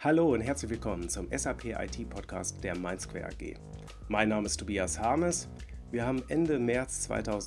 Hallo und herzlich willkommen zum SAP IT Podcast der MindSquare AG. Mein Name ist Tobias Harmes. Wir haben Ende März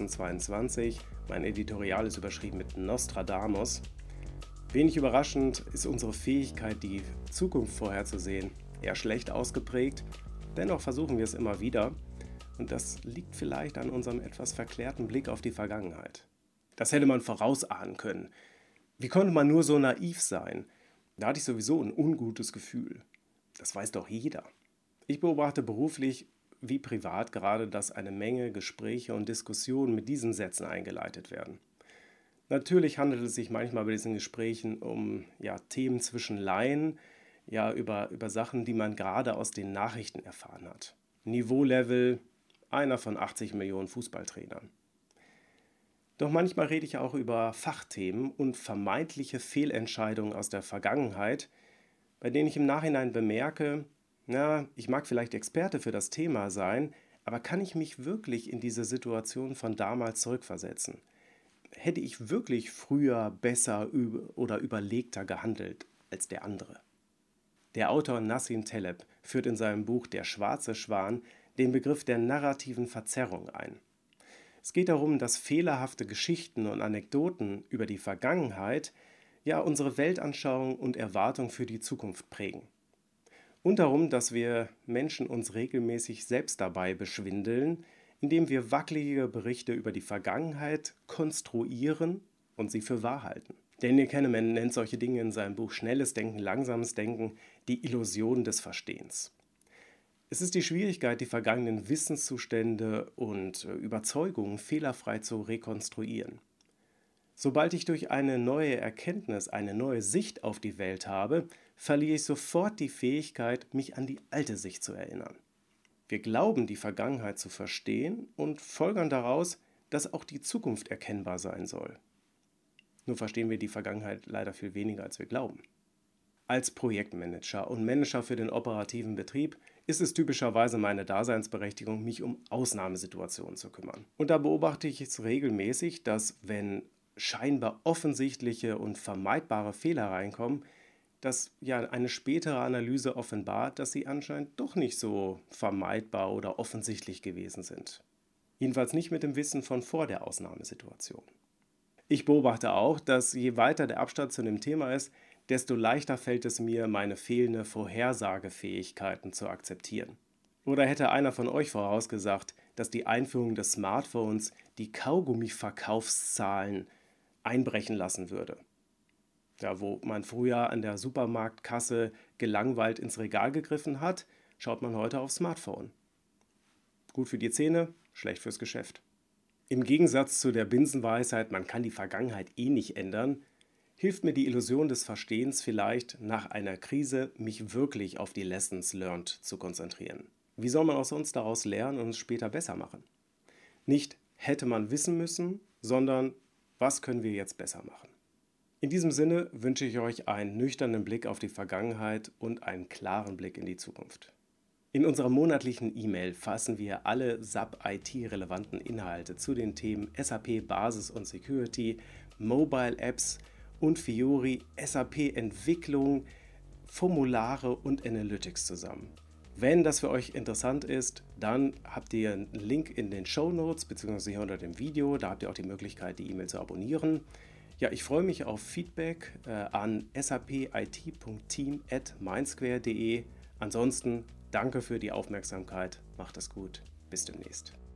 2022. Mein Editorial ist überschrieben mit Nostradamus. Wenig überraschend ist unsere Fähigkeit, die Zukunft vorherzusehen, eher schlecht ausgeprägt. Dennoch versuchen wir es immer wieder. Und das liegt vielleicht an unserem etwas verklärten Blick auf die Vergangenheit. Das hätte man vorausahnen können. Wie konnte man nur so naiv sein? Da hatte ich sowieso ein ungutes Gefühl. Das weiß doch jeder. Ich beobachte beruflich wie privat gerade, dass eine Menge Gespräche und Diskussionen mit diesen Sätzen eingeleitet werden. Natürlich handelt es sich manchmal bei diesen Gesprächen um Themen zwischen Laien, über Sachen, die man gerade aus den Nachrichten erfahren hat. Niveaulevel, einer von 80 Millionen Fußballtrainern. Doch manchmal rede ich auch über Fachthemen und vermeintliche Fehlentscheidungen aus der Vergangenheit, bei denen ich im Nachhinein bemerke, ich mag vielleicht Experte für das Thema sein, aber kann ich mich wirklich in diese Situation von damals zurückversetzen? Hätte ich wirklich früher besser oder überlegter gehandelt als der andere? Der Autor Nassim Taleb führt in seinem Buch Der schwarze Schwan den Begriff der narrativen Verzerrung ein. Es geht darum, dass fehlerhafte Geschichten und Anekdoten über die Vergangenheit unsere Weltanschauung und Erwartung für die Zukunft prägen. Und darum, dass wir Menschen uns regelmäßig selbst dabei beschwindeln, indem wir wackelige Berichte über die Vergangenheit konstruieren und sie für wahr halten. Daniel Kahneman nennt solche Dinge in seinem Buch Schnelles Denken, Langsames Denken, die Illusion des Verstehens. Es ist die Schwierigkeit, die vergangenen Wissenszustände und Überzeugungen fehlerfrei zu rekonstruieren. Sobald ich durch eine neue Erkenntnis, eine neue Sicht auf die Welt habe, verliere ich sofort die Fähigkeit, mich an die alte Sicht zu erinnern. Wir glauben, die Vergangenheit zu verstehen und folgern daraus, dass auch die Zukunft erkennbar sein soll. Nur verstehen wir die Vergangenheit leider viel weniger, als wir glauben. Als Projektmanager und Manager für den operativen Betrieb ist es typischerweise meine Daseinsberechtigung, mich um Ausnahmesituationen zu kümmern. Und da beobachte ich es regelmäßig, dass wenn scheinbar offensichtliche und vermeidbare Fehler reinkommen, dass eine spätere Analyse offenbart, dass sie anscheinend doch nicht so vermeidbar oder offensichtlich gewesen sind. Jedenfalls nicht mit dem Wissen von vor der Ausnahmesituation. Ich beobachte auch, dass je weiter der Abstand zu dem Thema ist, desto leichter fällt es mir, meine fehlende Vorhersagefähigkeiten zu akzeptieren. Oder hätte einer von euch vorausgesagt, dass die Einführung des Smartphones die Kaugummi-Verkaufszahlen einbrechen lassen würde? Wo man früher an der Supermarktkasse gelangweilt ins Regal gegriffen hat, schaut man heute aufs Smartphone. Gut für die Zähne, schlecht fürs Geschäft. Im Gegensatz zu der Binsenweisheit, man kann die Vergangenheit nicht ändern, hilft mir die Illusion des Verstehens vielleicht, nach einer Krise mich wirklich auf die Lessons learned zu konzentrieren. Wie soll man auch sonst daraus lernen und es später besser machen? Nicht hätte man wissen müssen, sondern was können wir jetzt besser machen? In diesem Sinne wünsche ich euch einen nüchternen Blick auf die Vergangenheit und einen klaren Blick in die Zukunft. In unserer monatlichen E-Mail fassen wir alle SAP-IT-relevanten Inhalte zu den Themen SAP Basis und Security, Mobile Apps und Fiori, SAP-Entwicklung, Formulare und Analytics zusammen. Wenn das für euch interessant ist, dann habt ihr einen Link in den Shownotes bzw. hier unter dem Video. Da habt ihr auch die Möglichkeit, die E-Mail zu abonnieren. Ich freue mich auf Feedback an sapit.team@mindsquare.de. Ansonsten danke für die Aufmerksamkeit. Macht es gut. Bis demnächst.